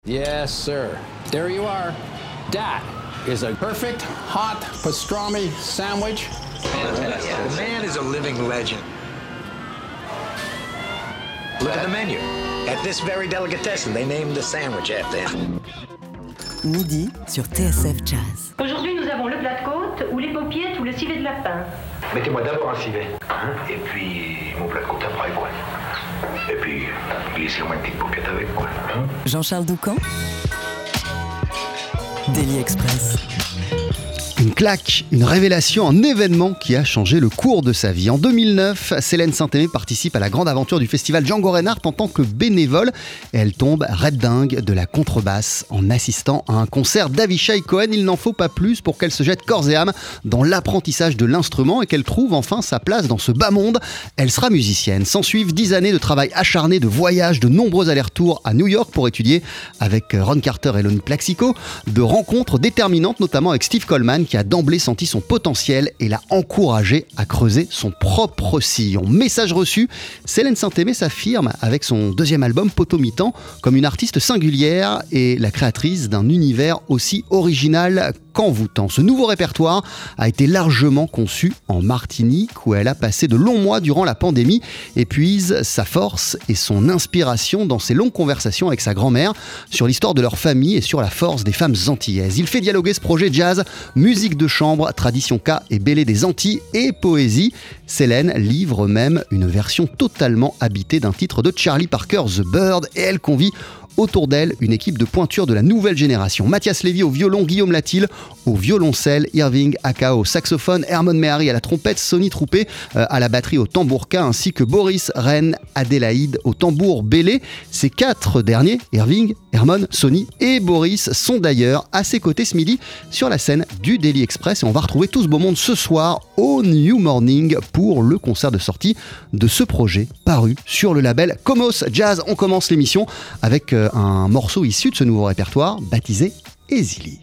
Yes, sir. There you are. That is a perfect hot pastrami sandwich. The man is a living legend. Look at the menu. At this very delicatessen, they named the sandwich after him. Midi sur TSF Jazz. Aujourd'hui, nous avons le plat de côte, ou les paupiètes, ou le civet de lapin. Mettez-moi d'abord un civet, hein, et puis mon plat de côte après, quoi. Et puis, glissez-moi une petite paupiette avec, quoi. Hein. Jean-Charles Doucan, Daily Express. Une claque, une révélation, un événement qui a changé le cours de sa vie. En 2009, Célène Saint-Aimé participe à la grande aventure du festival Django Reinhardt en tant que bénévole. Et elle tombe red dingue de la contrebasse en assistant à un concert d'Avishai Cohen. Il n'en faut pas plus pour qu'elle se jette corps et âme dans l'apprentissage de l'instrument et qu'elle trouve enfin sa place dans ce bas monde. Elle sera musicienne. S'ensuivent 10 années de travail acharné, de voyages, de nombreux allers-retours à New York pour étudier avec Ron Carter et Lonnie Plaxico, de rencontres déterminantes notamment avec Steve Coleman qui a d'emblée senti son potentiel et l'a encouragé à creuser son propre sillon. Message reçu, Célène Saint-Aimé s'affirme avec son deuxième album Potomitan comme une artiste singulière et la créatrice d'un univers aussi original qu'envoûtant. Ce nouveau répertoire a été largement conçu en Martinique où elle a passé de longs mois durant la pandémie et puise sa force et son inspiration dans ses longues conversations avec sa grand-mère sur l'histoire de leur famille et sur la force des femmes antillaises. Il fait dialoguer ce projet jazz, musique de chambre, tradition K et bélé des Antilles et poésie. Célène livre même une version totalement habitée d'un titre de Charlie Parker, The Bird, et elle convie autour d'elle une équipe de pointures de la nouvelle génération. Mathias Lévy au violon, Guillaume Latil au violoncelle, Irving Aka au saxophone, Hermon Mehari à la trompette, Sonny Troupé à la batterie au tambourka, ainsi que Boris Rennes Adélaïde au tambour bélé. Ces 4 derniers, Irving, Hermon, Sonny et Boris, sont d'ailleurs à ses côtés ce midi sur la scène du Daily Express et on va retrouver tout ce beau monde ce soir au New Morning pour le concert de sortie de ce projet paru sur le label Comos Jazz. On commence l'émission avec un morceau issu de ce nouveau répertoire baptisé Ezili.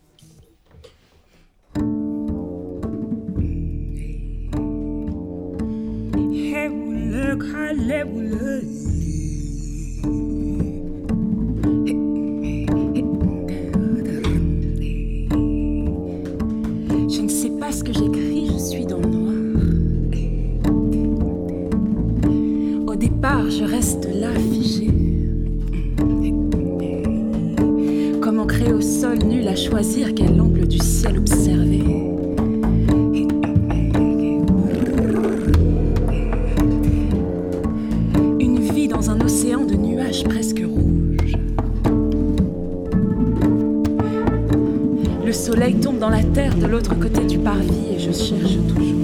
Je ne sais pas ce que j'écris, je suis dans le noir. Au départ, je reste là, figée. Comme ancré au sol, nul à choisir quel angle du ciel observer. Une vie dans un océan de nuages presque rouges. Le soleil tombe dans la terre de l'autre côté du parvis et je cherche toujours.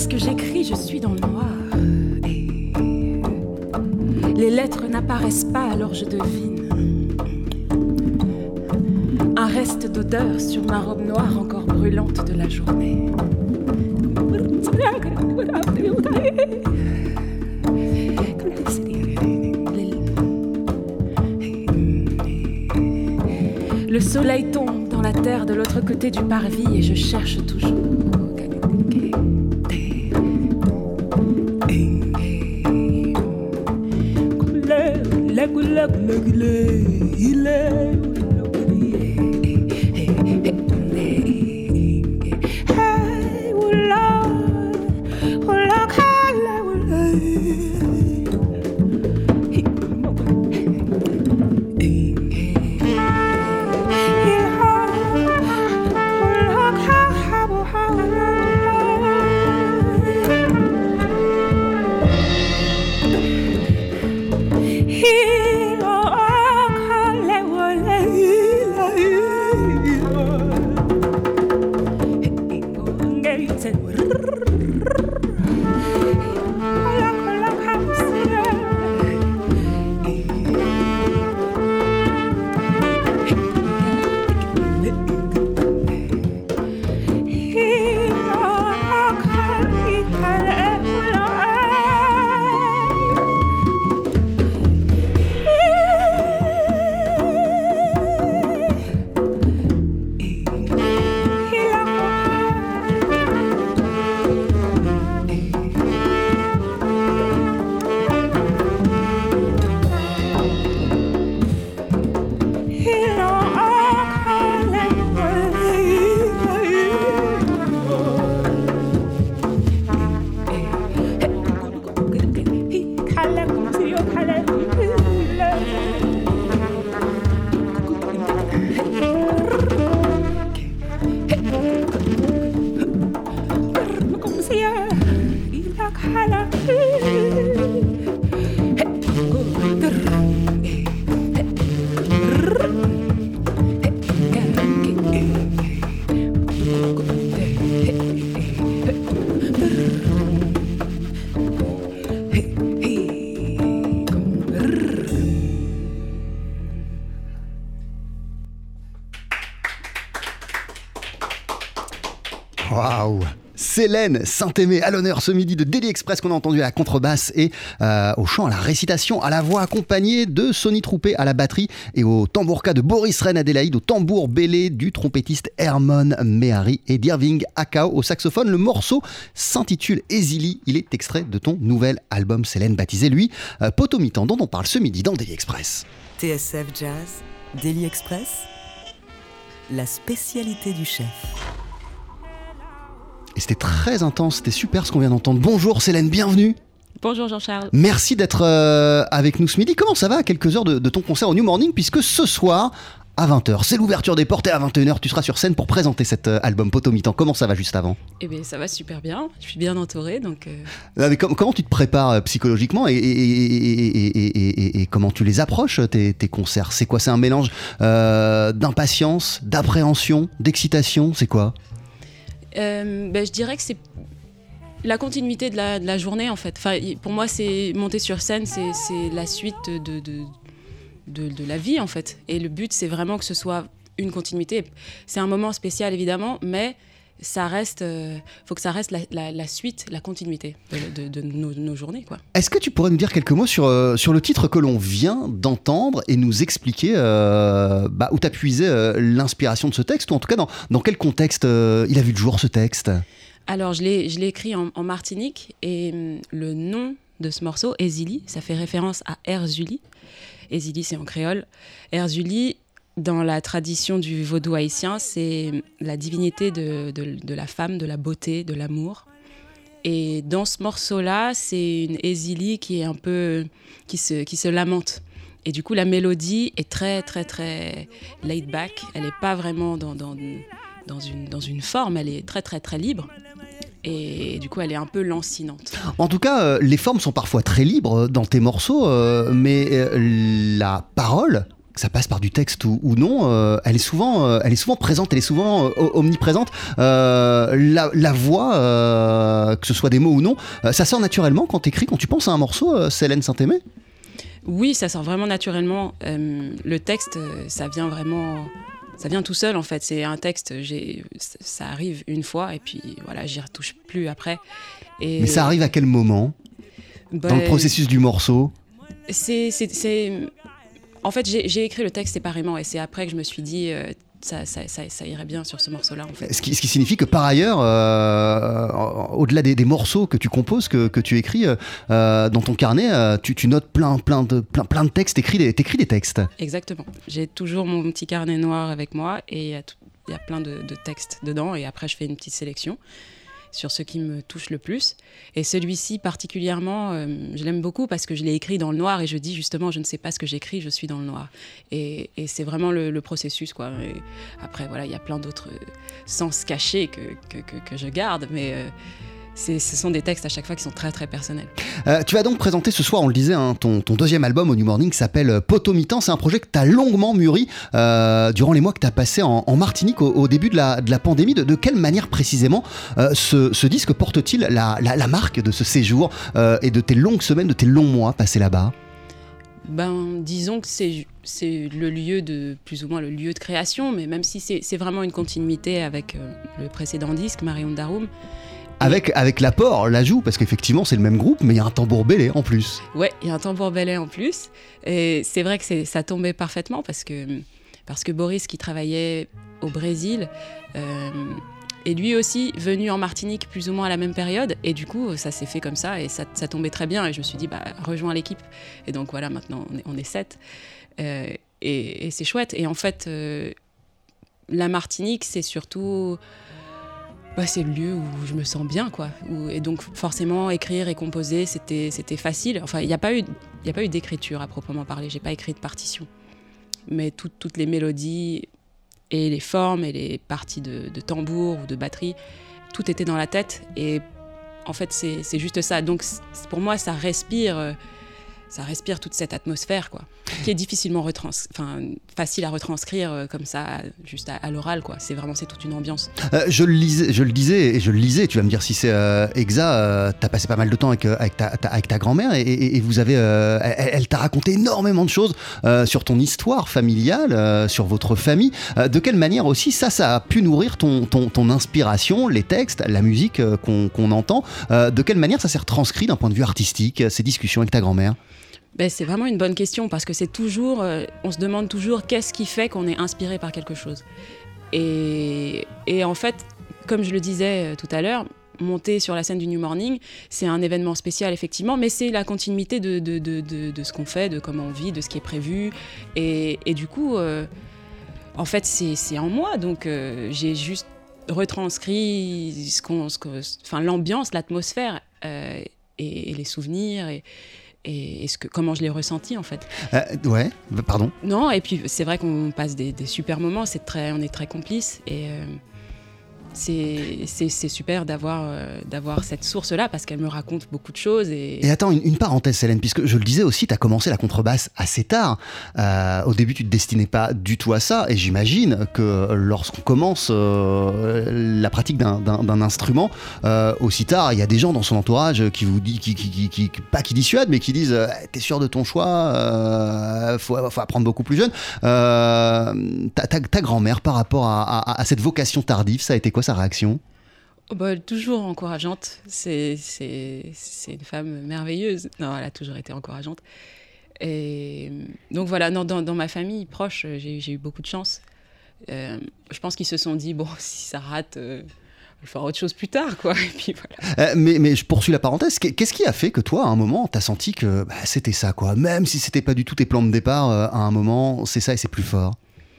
Lorsque j'écris, je suis dans le noir. Et les lettres n'apparaissent pas, alors je devine. Un reste d'odeur sur ma robe noire encore brûlante de la journée. Le soleil tombe dans la terre de l'autre côté du parvis et je cherche toujours. Waouh! Célène Saint-Aimé à l'honneur ce midi de Daily Express qu'on a entendu à la contrebasse et au chant, à la récitation, à la voix accompagnée de Sonny Troupé à la batterie et au tambourka de Boris Reine Adélaïde, au tambour bélé du trompettiste Hermon Mehari et d'Irving Akao au saxophone. Le morceau s'intitule Ezili. Il est extrait de ton nouvel album Célène, baptisé lui Potomitan, dont on parle ce midi dans Daily Express. TSF Jazz, Daily Express, la spécialité du chef. Et c'était très intense, c'était super ce qu'on vient d'entendre. Bonjour Célène, bienvenue. Bonjour Jean-Charles. Merci d'être avec nous ce midi. Comment ça va à quelques heures de ton concert au New Morning, puisque ce soir, à 20h, c'est l'ouverture des portes et à 21h, tu seras sur scène pour présenter cet album Potomitan. Comment ça va juste avant ? Eh bien, ça va super bien. Je suis bien entourée, donc... Mais comment tu te prépares psychologiquement et comment tu les approches, tes concerts ? C'est quoi ? C'est un mélange d'impatience, d'appréhension, d'excitation ? C'est quoi ? Je dirais que c'est la continuité de la journée, en fait. Enfin, pour moi, c'est monter sur scène, c'est la suite de la vie, en fait. Et le but, c'est vraiment que ce soit une continuité. C'est un moment spécial, évidemment, mais ça reste, faut que ça reste la suite, la continuité de nos journées, quoi. Est-ce que tu pourrais nous dire quelques mots sur le titre que l'on vient d'entendre et nous expliquer où tu as puisé l'inspiration de ce texte, ou en tout cas dans quel contexte il a vu le jour, ce texte ? Alors, je l'ai écrit en Martinique, et le nom de ce morceau, Ezili, ça fait référence à Erzuli. Ezili, c'est en créole. Erzuli, dans la tradition du vaudou haïtien, c'est la divinité de la femme, de la beauté, de l'amour. Et dans ce morceau-là, c'est une Ezili qui est un peu... qui se lamente. Et du coup, la mélodie est très, très, très laid back. Elle n'est pas vraiment dans une forme, elle est très, très, très libre. Et du coup, elle est un peu lancinante. En tout cas, les formes sont parfois très libres dans tes morceaux, mais la parole ça passe par du texte ou non, elle est souvent présente, elle est souvent omniprésente. La voix, que ce soit des mots ou non, ça sort naturellement quand t'écris, quand tu penses à un morceau, Célène Saint-Aimé? Oui, ça sort vraiment naturellement. Le texte, ça vient tout seul en fait. C'est un texte, ça arrive une fois et puis voilà, j'y retouche plus après. Mais ça arrive à quel moment dans le processus du morceau? En fait, j'ai écrit le texte séparément et c'est après que je me suis dit ça irait bien sur ce morceau-là en fait. Ce qui signifie que par ailleurs, au-delà des morceaux que tu composes, que tu écris dans ton carnet, tu notes plein de textes, t'écris des textes. Exactement. J'ai toujours mon petit carnet noir avec moi et il y a plein de textes dedans et après je fais une petite sélection sur ce qui me touche le plus. Et celui-ci particulièrement, je l'aime beaucoup parce que je l'ai écrit dans le noir et je dis justement, je ne sais pas ce que j'écris, je suis dans le noir. Et c'est vraiment le processus, quoi. Et après, voilà, il y a plein d'autres sens cachés que je garde, mais ce sont des textes à chaque fois qui sont très très personnels. Tu vas donc présenter ce soir, on le disait, ton deuxième album au New Morning qui s'appelle Potomitan. C'est un projet que tu as longuement mûri durant les mois que tu as passé en Martinique au début de la pandémie. De quelle manière précisément ce disque porte-t-il la marque de ce séjour et de tes longues semaines, de tes longs mois passés là-bas? Disons que c'est le lieu plus ou moins le lieu de création, mais même si c'est vraiment une continuité avec le précédent disque, Marion Darum. Avec l'apport, l'ajout, parce qu'effectivement c'est le même groupe, mais il y a un tambour bélé en plus. Ouais, il y a un tambour bélé en plus. Et c'est vrai que ça tombait parfaitement parce que Boris, qui travaillait au Brésil, est lui aussi venu en Martinique plus ou moins à la même période. Et du coup, ça s'est fait comme ça et ça tombait très bien. Et je me suis dit, rejoins l'équipe. Et donc voilà, maintenant on est 7. Et c'est chouette. Et en fait, la Martinique, c'est surtout... c'est le lieu où je me sens bien, quoi. Et donc, forcément, écrire et composer, c'était facile. Enfin, il n'y a pas eu d'écriture à proprement parler. J'ai pas écrit de partition. Mais toutes les mélodies et les formes et les parties de tambour ou de batterie, tout était dans la tête. Et en fait, c'est juste ça. Donc, pour moi, ça respire toute cette atmosphère, quoi, qui est difficilement facile à retranscrire comme ça, juste à l'oral, quoi. C'est toute une ambiance. Je le lisais, tu vas me dire si c'est exact. T'as passé pas mal de temps avec ta grand-mère et vous avez, elle t'a raconté énormément de choses sur ton histoire familiale, sur votre famille. De quelle manière aussi ça a pu nourrir ton inspiration, les textes, la musique qu'on entend. De quelle manière ça s'est retranscrit d'un point de vue artistique, ces discussions avec ta grand-mère? C'est vraiment une bonne question parce que c'est toujours, on se demande toujours qu'est-ce qui fait qu'on est inspiré par quelque chose. Et en fait, comme je le disais tout à l'heure, monter sur la scène du New Morning, c'est un événement spécial effectivement, mais c'est la continuité de ce qu'on fait, de comment on vit, de ce qui est prévu. Et du coup, en fait, c'est en moi, donc j'ai juste retranscrit l'ambiance, l'atmosphère et les souvenirs et comment je l'ai ressenti en fait. Ouais, pardon. Non, et puis c'est vrai qu'on passe des super moments, on est très complices et c'est super d'avoir cette source-là parce qu'elle me raconte beaucoup de choses. Et attends, une parenthèse, Célène, puisque je le disais aussi, tu as commencé la contrebasse assez tard. Au début, tu ne te destinais pas du tout à ça. Et j'imagine que lorsqu'on commence la pratique d'un instrument, aussi tard, il y a des gens dans son entourage qui vous disent, pas qui dissuadent, mais qui disent t'es sûr de ton choix, faut apprendre beaucoup plus jeune. Ta grand-mère, par rapport à cette vocation tardive, ça a été quoi sa réaction? Toujours encourageante. C'est une femme merveilleuse. Non, elle a toujours été encourageante. Et donc voilà, dans ma famille proche, j'ai eu beaucoup de chance. Je pense qu'ils se sont dit, si ça rate, on va faire autre chose plus tard, quoi. Et puis voilà. Mais je poursuis la parenthèse. Qu'est-ce qui a fait que toi, à un moment, t'as senti que c'était ça, quoi? Même si c'était pas du tout tes plans de départ, à un moment, c'est ça et c'est plus fort.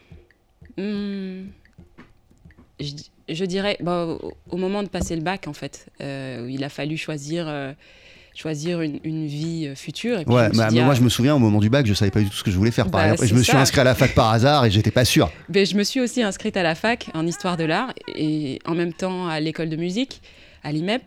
Je dirais, au moment de passer le bac, en fait, où il a fallu choisir une vie future. Et puis moi, je me souviens, au moment du bac, je savais pas du tout ce que je voulais faire, par exemple. Et je me suis inscrit à la fac par hasard et j'étais pas sûr. Je me suis aussi inscrite à la fac en histoire de l'art et en même temps à l'école de musique, à l'IMEP.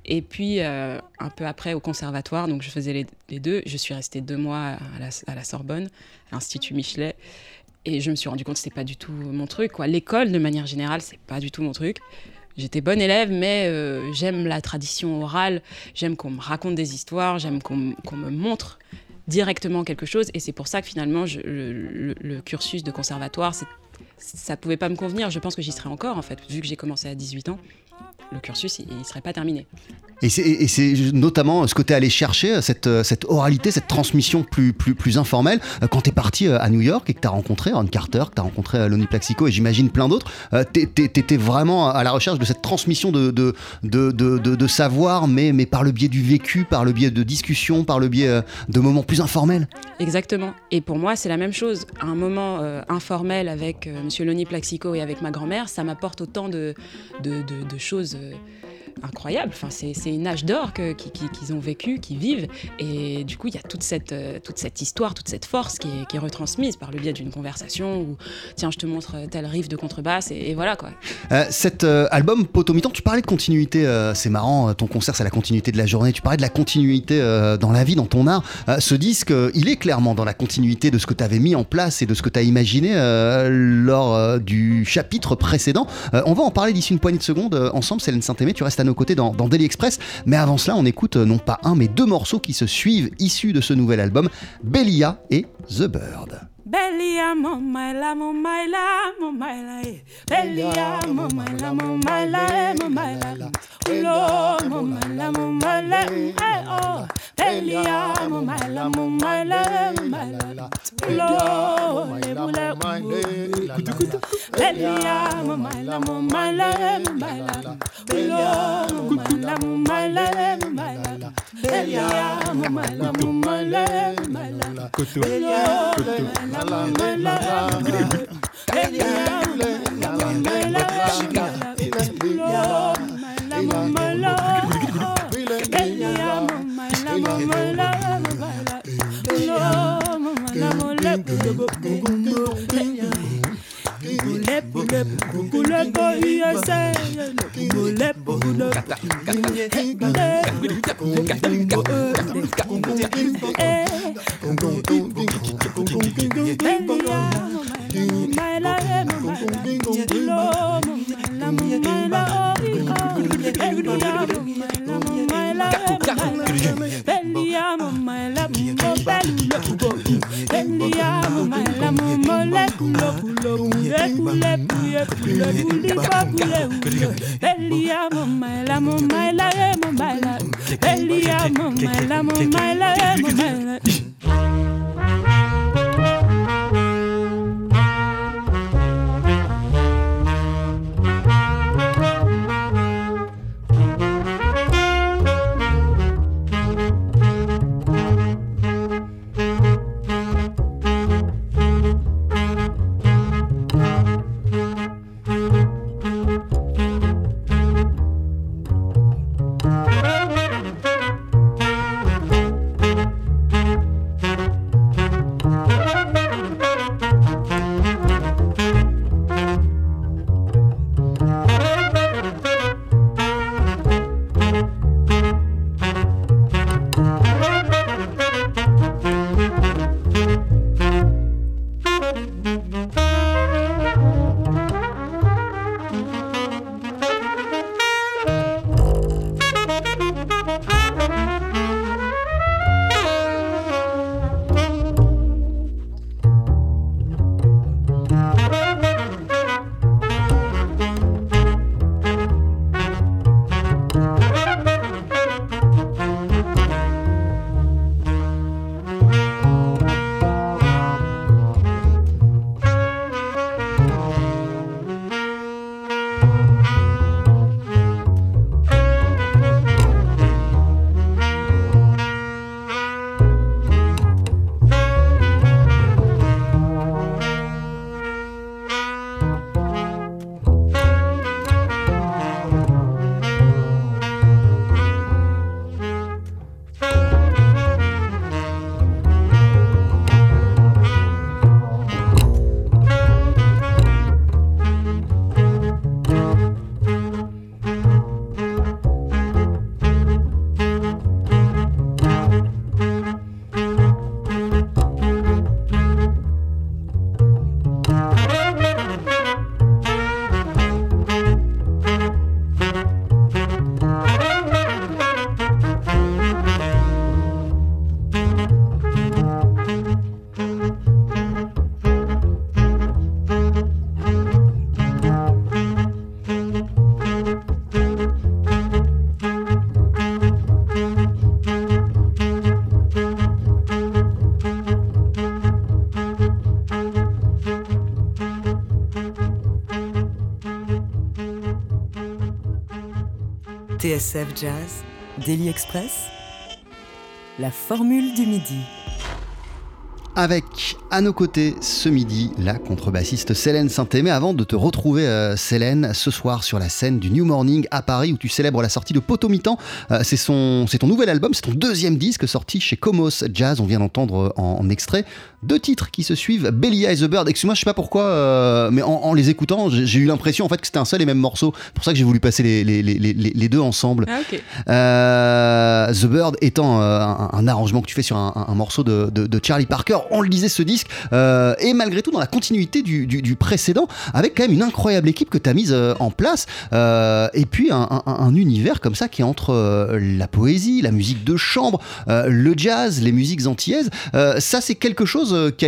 Et puis, un peu après, au conservatoire, donc je faisais les deux. Je suis restée 2 mois à la Sorbonne, à l'Institut Michelet. Et je me suis rendu compte que c'était pas du tout mon truc, quoi. L'école, de manière générale, c'est pas du tout mon truc. J'étais bonne élève, mais j'aime la tradition orale, j'aime qu'on me raconte des histoires, j'aime qu'on me montre directement quelque chose. Et c'est pour ça que finalement, le cursus de conservatoire, ça pouvait pas me convenir. Je pense que j'y serais encore, en fait, vu que j'ai commencé à 18 ans. Le cursus, il serait pas terminé. Et c'est notamment ce que tu es allé chercher, cette oralité, cette transmission plus informelle. Quand tu es parti à New York et que tu as rencontré Ron Carter, que tu as rencontré Lonnie Plaxico et j'imagine plein d'autres, tu étais vraiment à la recherche de cette transmission de savoir, mais par le biais du vécu, par le biais de discussions, par le biais de moments plus informels. Exactement. Et pour moi, c'est la même chose. Un moment informel avec monsieur Lonnie Plaxico et avec ma grand-mère, ça m'apporte autant de choses incroyables. Enfin, c'est une âge d'or qu'ils ont vécu, qu'ils vivent. Et du coup, il y a toute cette histoire, toute cette force qui est retransmise par le biais d'une conversation où, tiens, je te montre tel riff de contrebasse et voilà, quoi. Cet album Potomitan, tu parlais de continuité, c'est marrant, ton concert, c'est la continuité de la journée. Tu parlais de la continuité dans la vie, dans ton art. Ce disque, il est clairement dans la continuité de ce que tu avais mis en place et de ce que tu as imaginé lors du chapitre précédent. On va en parler d'ici une poignée de secondes ensemble. Célène Saint-Aimé, tu restes à nos côtés dans Daily Express, mais avant cela on écoute non pas un mais 2 morceaux qui se suivent issus de ce nouvel album, Belia et The Bird. Belia momaila momaila momaila Belia momaila momaila momaila Ulo momaila momaila oh Belia momaila momaila momaila Ulo lebula Belia momaila momaila momaila Ulo momaila momaila momaila Belia momaila momaila momaila TSF Jazz, Daily Express, la formule du midi. Avec à nos côtés ce midi la contrebassiste Célène Saint-Aimé. Avant de te retrouver Célène ce soir sur la scène du New Morning à Paris où tu célèbres la sortie de Potomitan, c'est ton nouvel album, c'est ton deuxième disque sorti chez Comos Jazz. On vient d'entendre en extrait 2 titres qui se suivent, Belia et The Bird. Excuse-moi, je sais pas pourquoi, mais en les écoutant, j'ai eu l'impression en fait que c'était un seul et même morceau. C'est pour ça que j'ai voulu passer les deux ensemble. Ah, ok. The Bird étant un arrangement que tu fais sur un morceau de Charlie Parker. On le disait, ce disque et malgré tout dans la continuité du précédent, avec quand même une incroyable équipe que tu as mise en place, et puis un univers comme ça qui est entre la poésie, la musique de chambre, le jazz, les musiques antillaises. Ça, c'est quelque chose qui a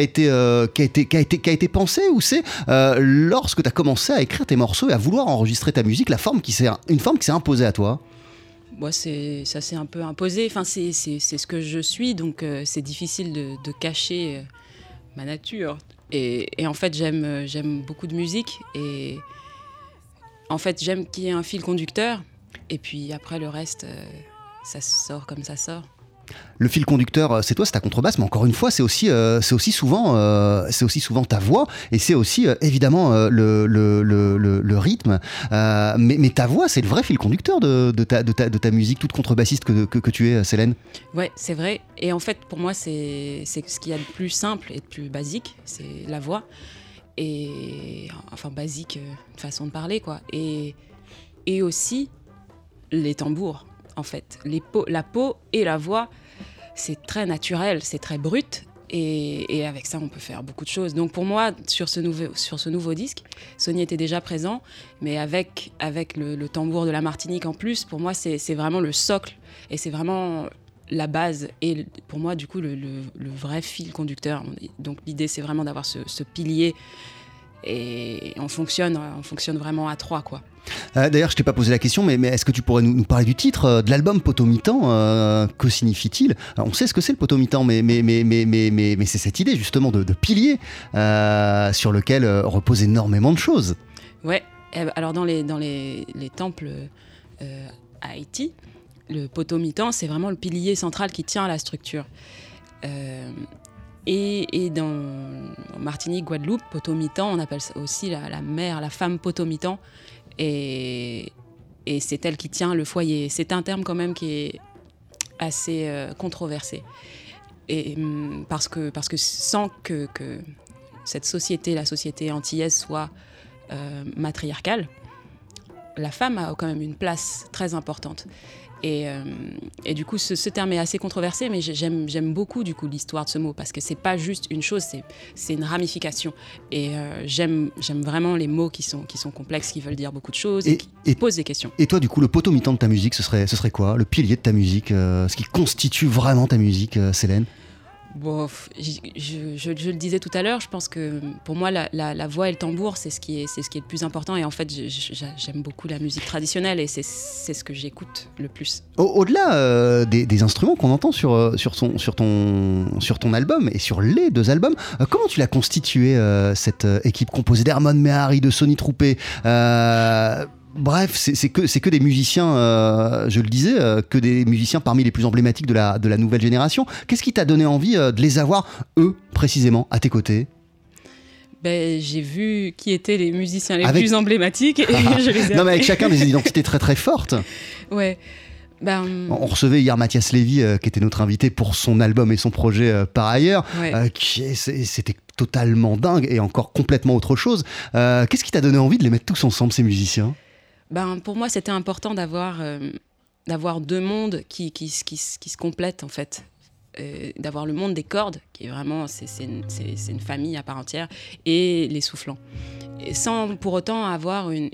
été pensé, ou c'est lorsque tu as commencé à écrire tes morceaux et à vouloir enregistrer ta musique, une forme qui s'est imposée à toi? Moi, ça s'est un peu imposé. Enfin, c'est ce que je suis, donc c'est difficile de cacher ma nature. Et en fait, j'aime beaucoup de musique. Et en fait, j'aime qu'il y ait un fil conducteur. Et puis après, le reste, ça sort comme ça sort. Le fil conducteur, c'est toi, c'est ta contrebasse, mais encore une fois, c'est aussi souvent ta voix, et c'est aussi évidemment le rythme. Mais ta voix, c'est le vrai fil conducteur de ta musique, toute contrebassiste que tu es, Célène. Ouais, c'est vrai. Et en fait, pour moi, c'est ce qu'il y a de plus simple et de plus basique, c'est la voix. Et enfin, basique, façon de parler, quoi. Et aussi les tambours. En fait, la peau et la voix, c'est très naturel, c'est très brut, et avec ça, on peut faire beaucoup de choses. Donc pour moi, sur ce nouveau disque, Sonny était déjà présent, mais avec le tambour de la Martinique en plus, pour moi, c'est vraiment le socle, et c'est vraiment la base, et pour moi, du coup, le vrai fil conducteur. Donc l'idée, c'est vraiment d'avoir ce pilier, et on fonctionne vraiment à 3, quoi. D'ailleurs, je t'ai pas posé la question, mais est-ce que tu pourrais nous parler du titre de l'album Potomitan? Que signifie-t-il? On sait ce que c'est le Potomitan, mais c'est cette idée justement de pilier sur lequel repose énormément de choses. Ouais. Alors dans les temples à Haïti, le Potomitan, c'est vraiment le pilier central qui tient à la structure. Et en Martinique, Guadeloupe, Potomitan, on appelle ça aussi la mère, la femme Potomitan. Et c'est elle qui tient le foyer. C'est un terme quand même qui est assez controversé. Et parce que sans que cette société, la société antillaise, soit matriarcale, la femme a quand même une place très importante. Et du coup, ce terme est assez controversé, mais j'aime beaucoup du coup l'histoire de ce mot, parce que c'est pas juste une chose, c'est une ramification. Et j'aime vraiment les mots qui sont complexes, qui veulent dire beaucoup de choses et qui posent des questions. Et toi, du coup, le potomitan de ta musique, ce serait quoi? Le pilier de ta musique, ce qui constitue vraiment ta musique, Célène? Bon, je le disais tout à l'heure, je pense que pour moi la voix et le tambour, c'est ce qui est le plus important, et en fait j'aime beaucoup la musique traditionnelle, et c'est ce que j'écoute le plus. Au-delà des instruments qu'on entend sur ton album et sur les 2 albums, comment tu l'as constitué, cette équipe composée d'Hermon Mehari, de Sonny Troupé, bref, c'est que des musiciens, je le disais, que des musiciens parmi les plus emblématiques de la nouvelle génération. Qu'est-ce qui t'a donné envie de les avoir, eux, précisément, à tes côtés? J'ai vu qui étaient les musiciens les plus emblématiques, et je les ai Non, mais avec chacun des identités très très fortes. Ouais. On recevait hier Mathias Lévy, qui était notre invité pour son album et son projet par ailleurs. Ouais. C'était totalement dingue et encore complètement autre chose. Qu'est-ce qui t'a donné envie de les mettre tous ensemble, ces musiciens? Pour moi, c'était important d'avoir 2 mondes qui se complètent, en fait. D'avoir le monde des cordes, qui est vraiment c'est une famille à part entière, et les soufflants. Et sans pour autant avoir un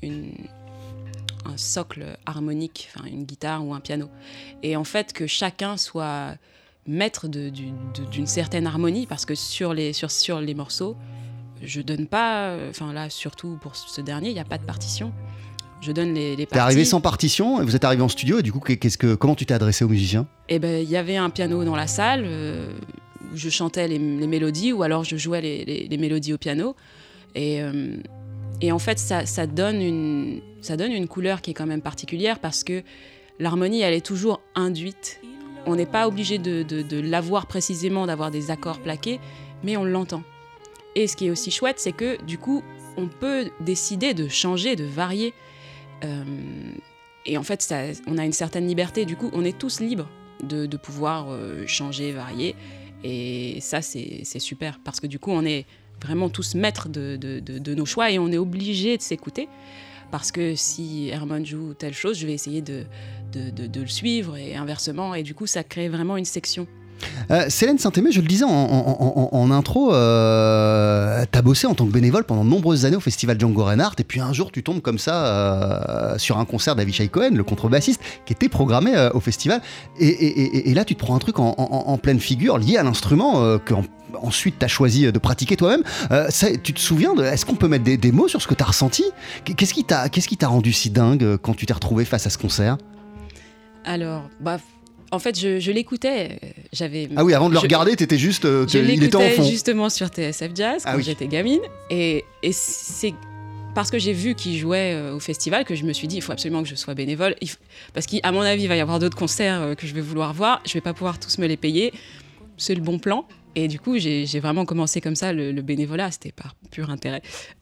socle harmonique, enfin une guitare ou un piano. Et en fait, que chacun soit maître d'une certaine harmonie, parce que sur les morceaux, je donne pas... Enfin là, surtout pour ce dernier, il n'y a pas de partition. Je donne les parties. T'es arrivé sans partition, vous êtes arrivé en studio, et du coup, comment tu t'es adressé aux musiciens? Il y avait un piano dans la salle, où je chantais les mélodies, ou alors je jouais les mélodies au piano. Et Et en fait, ça donne une couleur qui est quand même particulière parce que l'harmonie, elle est toujours induite. On n'est pas obligé de l'avoir précisément, d'avoir des accords plaqués, mais on l'entend. Et ce qui est aussi chouette, c'est que du coup, on peut décider de changer, de varier. Et en fait, on a une certaine liberté. Du coup, on est tous libres de pouvoir changer, varier. Et ça, c'est super. Parce que du coup, on est vraiment tous maîtres de nos choix et on est obligé de s'écouter. Parce que si Herman joue telle chose, je vais essayer de le suivre et inversement. Et du coup, ça crée vraiment une section. Célène Saint-Aimé, je le disais en intro, t'as bossé en tant que bénévole pendant de nombreuses années au festival Django Reinhardt et puis un jour tu tombes comme ça sur un concert d'Avishai Cohen, le contrebassiste, qui était programmé au festival et là tu te prends un truc en pleine figure lié à l'instrument que ensuite t'as choisi de pratiquer toi-même. Tu te souviens est-ce qu'on peut mettre des mots sur ce que t'as ressenti ? Qu'est-ce qui t'a rendu si dingue quand tu t'es retrouvé face à ce concert ? Alors, en fait, je l'écoutais. Ah oui, avant de le regarder, t'étais juste. Il était en fond. Je l'écoutais justement sur TSF Jazz quand j'étais gamine. Et c'est parce que j'ai vu qu'il jouait au festival que je me suis dit il faut absolument que je sois bénévole. Parce qu'à mon avis, il va y avoir d'autres concerts que je vais vouloir voir. Je vais pas pouvoir tous me les payer. C'est le bon plan. Et du coup, j'ai vraiment commencé comme ça le bénévolat. C'était par pur intérêt.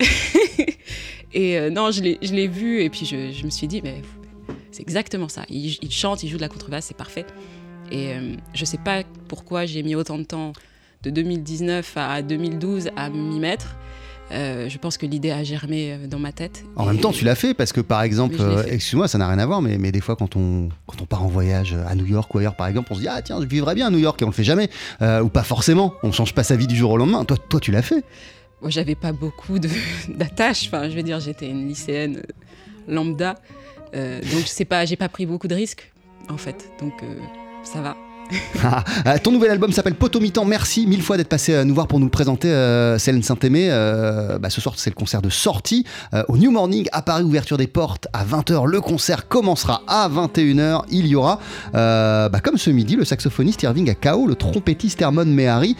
Et non, je l'ai vu et puis je me suis dit mais. C'est exactement ça. Il chante, il joue de la contrebasse, c'est parfait. Et je sais pas pourquoi j'ai mis autant de temps, de 2019 à 2012, à m'y mettre. Je pense que l'idée a germé dans ma tête. En même temps, tu l'as fait parce que, par exemple, excuse-moi, ça n'a rien à voir, mais des fois, quand on part en voyage à New York ou ailleurs, par exemple, on se dit « Ah tiens, je vivrais bien à New York » et on le fait jamais. Ou pas forcément, on change pas sa vie du jour au lendemain. Toi tu l'as fait. Moi, j'avais pas beaucoup d'attaches. Enfin, je veux dire, j'étais une lycéenne lambda. Donc j'ai pas pris beaucoup de risques en fait, donc ça va. Ton nouvel album s'appelle Potomitan. Merci mille fois d'être passé nous voir pour nous le présenter, Célène Saint-Aimé. Ce soir c'est le concert de sortie au New Morning à Paris, ouverture des portes à 20h. Le concert commencera à 21h. Il y aura comme ce midi le saxophoniste Irving Akao, le trompettiste Herman Mehari,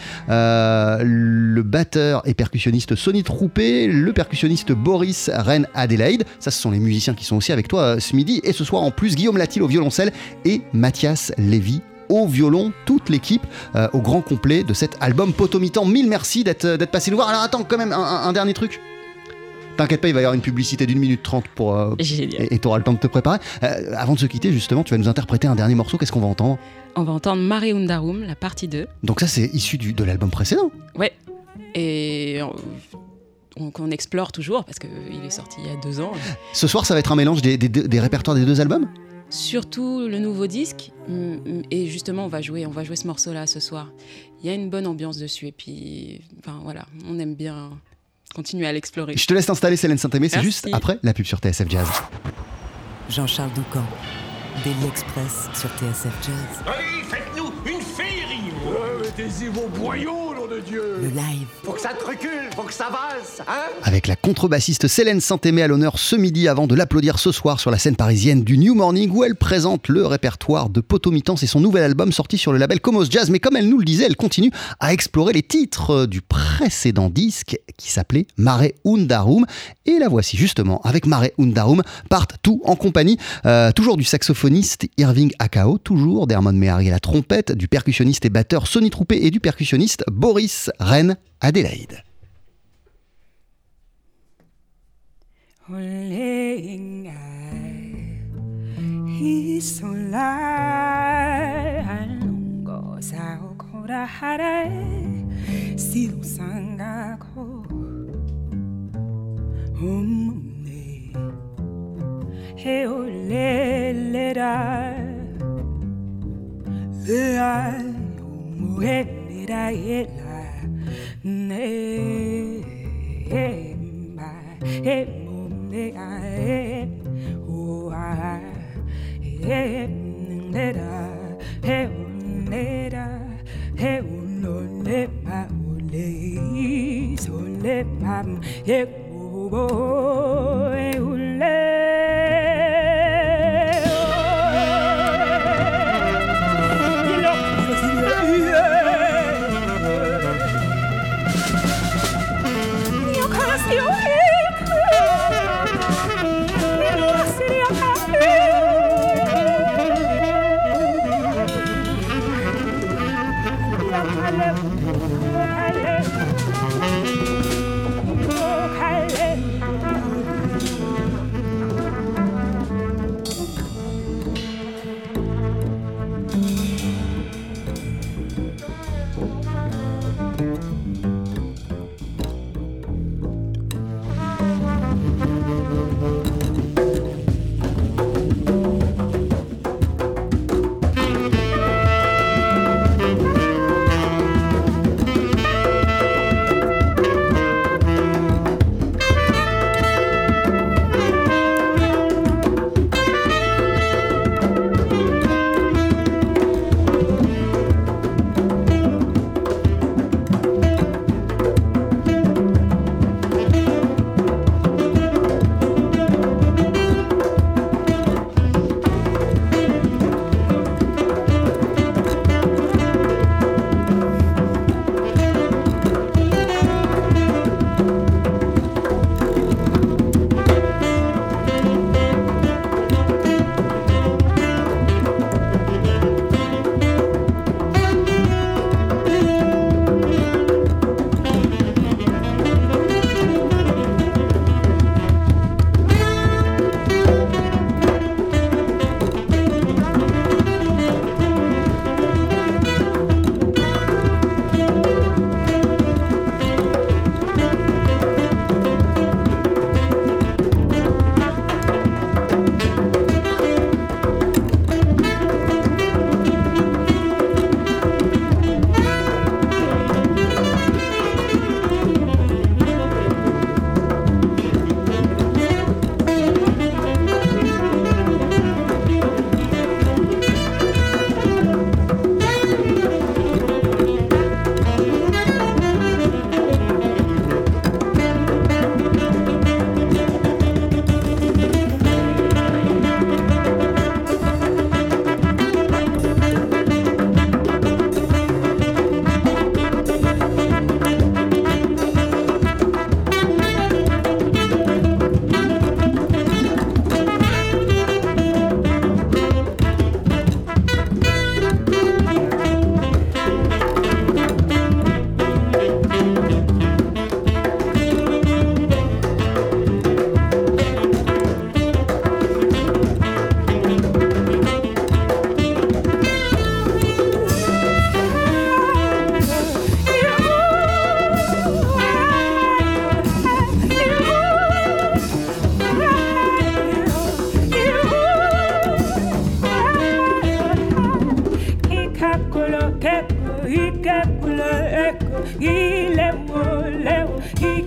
le batteur et percussionniste Sonny Troupé, le percussionniste Boris Reine Adélaïde. Ça, ce sont les musiciens qui sont aussi avec toi ce midi. Et ce soir en plus, Guillaume Latil au violoncelle et Mathias Lévy au violon, toute l'équipe au grand complet de cet album Potomitan. Mille merci d'être passé nous voir. Alors attends, quand même un dernier truc. T'inquiète pas, il va y avoir une publicité d'1 minute 30 et t'auras le temps de te préparer. Avant de se quitter, justement, tu vas nous interpréter un dernier morceau. Qu'est-ce qu'on va entendre ? On va entendre Mare Undarum, la partie 2. Donc ça, c'est issu de l'album précédent ? Ouais. Et qu'on explore toujours parce qu'il est sorti il y a 2 ans. Ce soir, ça va être un mélange des répertoires des 2 albums ? Surtout le nouveau disque, et justement on va jouer ce morceau-là ce soir. Il y a une bonne ambiance dessus et puis, voilà, on aime bien continuer à l'explorer. Je te laisse t'installer, Célène Saint-Aimé, c'est Merci. juste après la pub sur TSF Jazz. Jean-Charles Doucan, Daily Express sur TSF Jazz. Allez, faites-nous une féerie. Mettez-y vos boyaux, nom de Dieu. Le live. Faut que ça te recule, faut que ça vase, hein? Avec la contrebassiste Célène Saint-Aimé à l'honneur ce midi avant de l'applaudir ce soir sur la scène parisienne du New Morning où elle présente le répertoire de Potomitan. C'est son nouvel album sorti sur le label Comos Jazz. Mais comme elle nous le disait, elle continue à explorer les titres du précédent disque qui s'appelait Mare Undarum. Et la voici justement avec Mare Undarum, part tout en compagnie toujours du saxophoniste Irving Akao, toujours d'Herman Mehari à la trompette, du percussionniste et batteur Sonny Troupé et du percussionniste Boris Reine Adélaïde.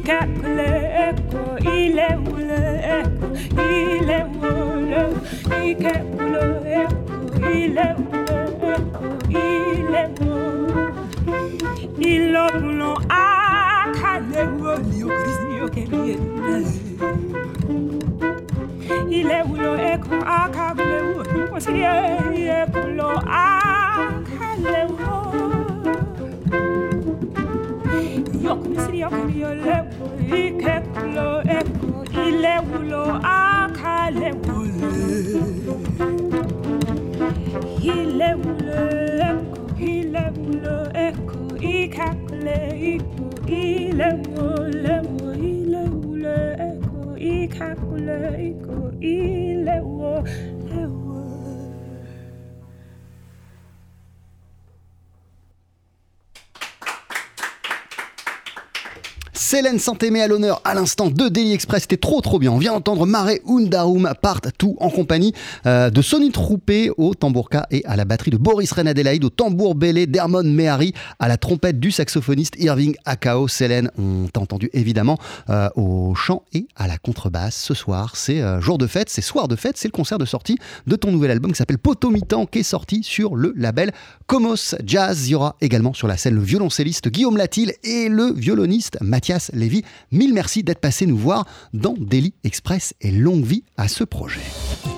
Célène Saint-Aimé à l'honneur à l'instant de Daily Express, c'était trop bien. On vient d'entendre Mare Undarum Partout en compagnie de Sonny Troupé au tambourka et à la batterie, de Boris Renadelaïde au tambour bélé, d'Hermon Mehari à la trompette, du saxophoniste Irving Akao. Célène, on t'a entendu évidemment au chant et à la contrebasse. Ce soir, c'est jour de fête, c'est soir de fête, c'est le concert de sortie de ton nouvel album qui s'appelle Potomitan, qui est sorti sur le label Comos Jazz. Il y aura également sur la scène le violoncelliste Guillaume Latil et le violoniste Mathias Lévy. Mille merci d'être passé nous voir dans Daily Express et longue vie à ce projet.